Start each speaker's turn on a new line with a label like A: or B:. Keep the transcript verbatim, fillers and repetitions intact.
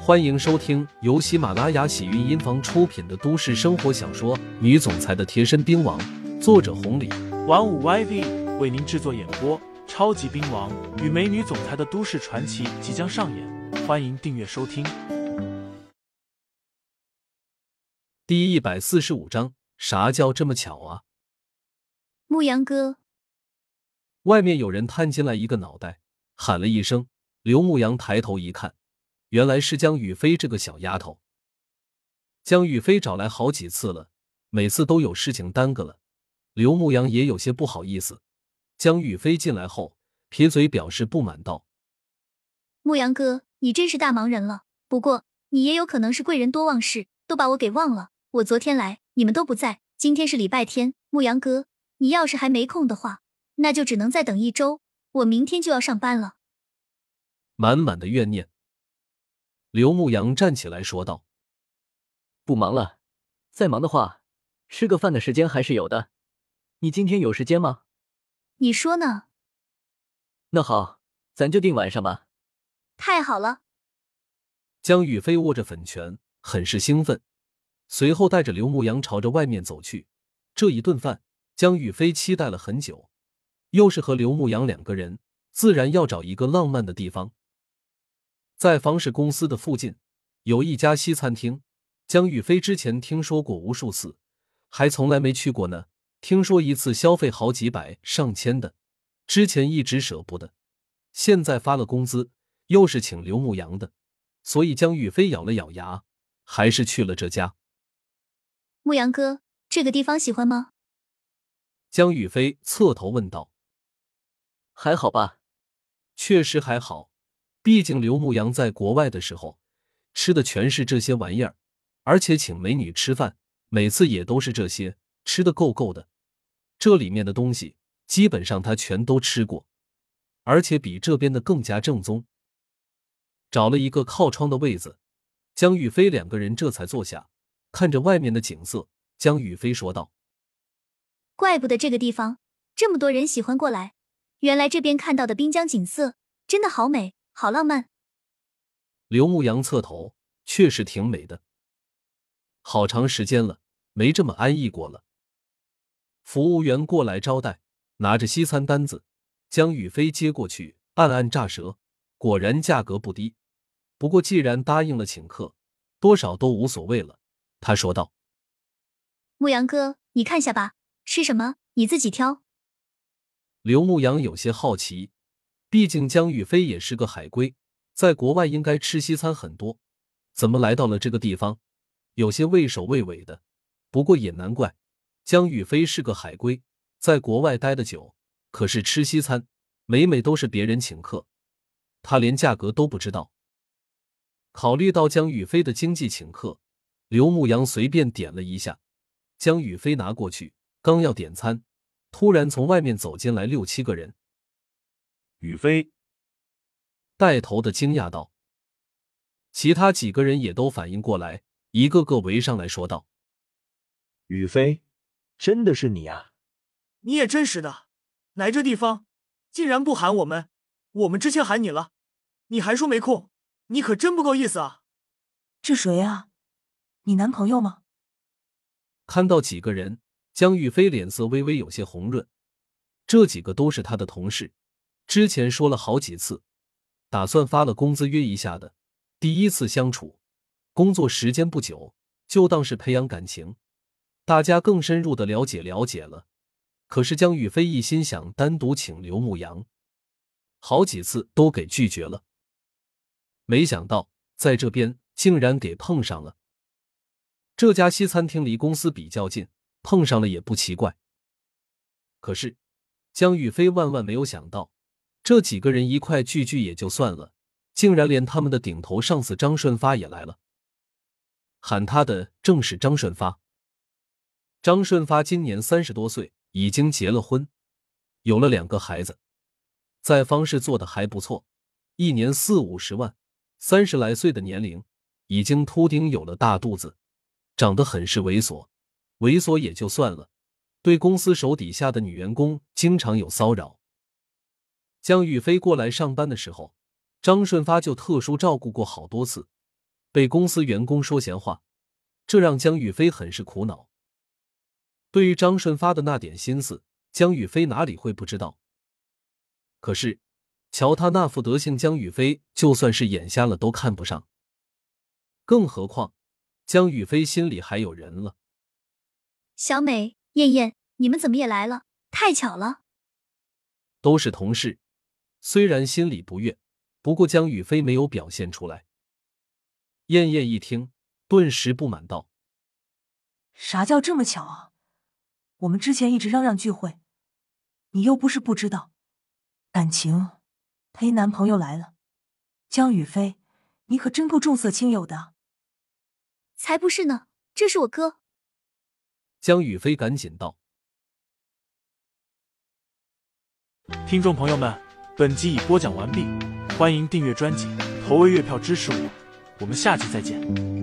A: 欢迎收听由喜马拉雅喜韵音房出品的都市生活小说《女总裁的贴身兵王》，作者红礼，
B: 玩五 Y V 为您制作演播。超级兵王与美女总裁的都市传奇即将上演，欢迎订阅收听。
A: 第一百四十五章，啥叫这么巧啊？
C: 牧羊哥，
A: 外面有人探进来一个脑袋，喊了一声。刘牧阳抬头一看，原来是江雨飞这个小丫头。江雨飞找来好几次了，每次都有事情耽搁了，刘牧阳也有些不好意思。江雨飞进来后，撇嘴表示不满道：
C: 牧羊哥，你真是大忙人了，不过你也有可能是贵人多忘事，都把我给忘了。我昨天来，你们都不在，今天是礼拜天，牧羊哥，你要是还没空的话，那就只能再等一周，我明天就要上班了。
A: 满满的怨念。刘牧阳站起来说道：
D: 不忙了，再忙的话，吃个饭的时间还是有的。你今天有时间吗？
C: 你说呢？
D: 那好，咱就定晚上吧。
C: 太好了。
A: 江雨飞握着粉拳，很是兴奋，随后带着刘牧阳朝着外面走去。这一顿饭，江雨飞期待了很久，又是和刘牧阳两个人，自然要找一个浪漫的地方。在房氏公司的附近有一家西餐厅，江雨飞之前听说过无数次，还从来没去过呢。听说一次消费好几百上千的，之前一直舍不得，现在发了工资，又是请刘牧阳的，所以江雨飞咬了咬牙，还是去了这家。
C: 牧阳哥，这个地方喜欢吗？
A: 江雨飞侧头问道。
D: 还好吧。
A: 确实还好，毕竟刘牧阳在国外的时候吃的全是这些玩意儿，而且请美女吃饭，每次也都是这些，吃的够够的。这里面的东西基本上他全都吃过，而且比这边的更加正宗。找了一个靠窗的位子，江雨飞两个人这才坐下，看着外面的景色，江雨飞说道：
C: 怪不得这个地方这么多人喜欢过来，原来这边看到的滨江景色真的好美，好浪漫。
A: 刘牧阳侧头，确实挺美的。好长时间了，没这么安逸过了。服务员过来招待，拿着西餐单子，江雨飞接过去，暗暗咂舌，果然价格不低。不过既然答应了请客，多少都无所谓了。他说道：
C: 牧阳哥，你看下吧，吃什么你自己挑。
A: 刘牧阳有些好奇，毕竟江雨飞也是个海归，在国外应该吃西餐很多，怎么来到了这个地方，有些畏首畏尾的。不过也难怪，江雨飞是个海归，在国外待得久，可是吃西餐每每都是别人请客，他连价格都不知道。考虑到江雨飞的经济请客，刘牧阳随便点了一下，江雨飞拿过去，刚要点餐，突然从外面走进来六七个人。
B: 雨飞
A: 带头的惊讶道，其他几个人也都反应过来，一个个围上来说道：
E: 雨飞，真的是你啊？
F: 你也真是的，来这地方竟然不喊我们，我们之前喊你了，你还说没空，你可真不够意思啊。
G: 这谁啊？你男朋友吗？
A: 看到几个人，江雨飞脸色微微有些红润，这几个都是他的同事，之前说了好几次，打算发了工资约一下的，第一次相处，工作时间不久，就当是培养感情，大家更深入的了解了解了。可是江雨飞一心想单独请刘牧阳，好几次都给拒绝了，没想到在这边竟然给碰上了。这家西餐厅离公司比较近，碰上了也不奇怪。可是江雨飞万万没有想到，这几个人一块聚聚也就算了，竟然连他们的顶头上司张顺发也来了。喊他的正是张顺发。张顺发今年三十多岁，已经结了婚，有了两个孩子，在方氏做的还不错，一年四五十万，三十来岁的年龄，已经秃顶，有了大肚子，长得很是猥琐。猥琐也就算了，对公司手底下的女员工经常有骚扰。江雨飞过来上班的时候，张顺发就特殊照顾过好多次， 被公司员工说闲话，这让江宇飞很是苦恼。对于张顺发的那点心思，江宇飞哪里会不知道？可是瞧他那副德行，江宇飞就算是眼瞎了都看不上。更何况江宇飞心里还有人了。
C: 小美、燕燕，你们怎么也来了？太巧了。
A: 都是同事，虽然心里不悦，不过江宇飞没有表现出来。燕燕一听，顿时不满道：
G: 啥叫这么巧啊？我们之前一直嚷嚷聚会，你又不是不知道。感情陪男朋友来了，江宇飞，你可真够重色轻友的。
C: 才不是呢，这是我哥。
A: 江宇飞赶紧道。
B: 听众朋友们，本集已播讲完毕，欢迎订阅专辑，投喂月票支持我，我们下集再见。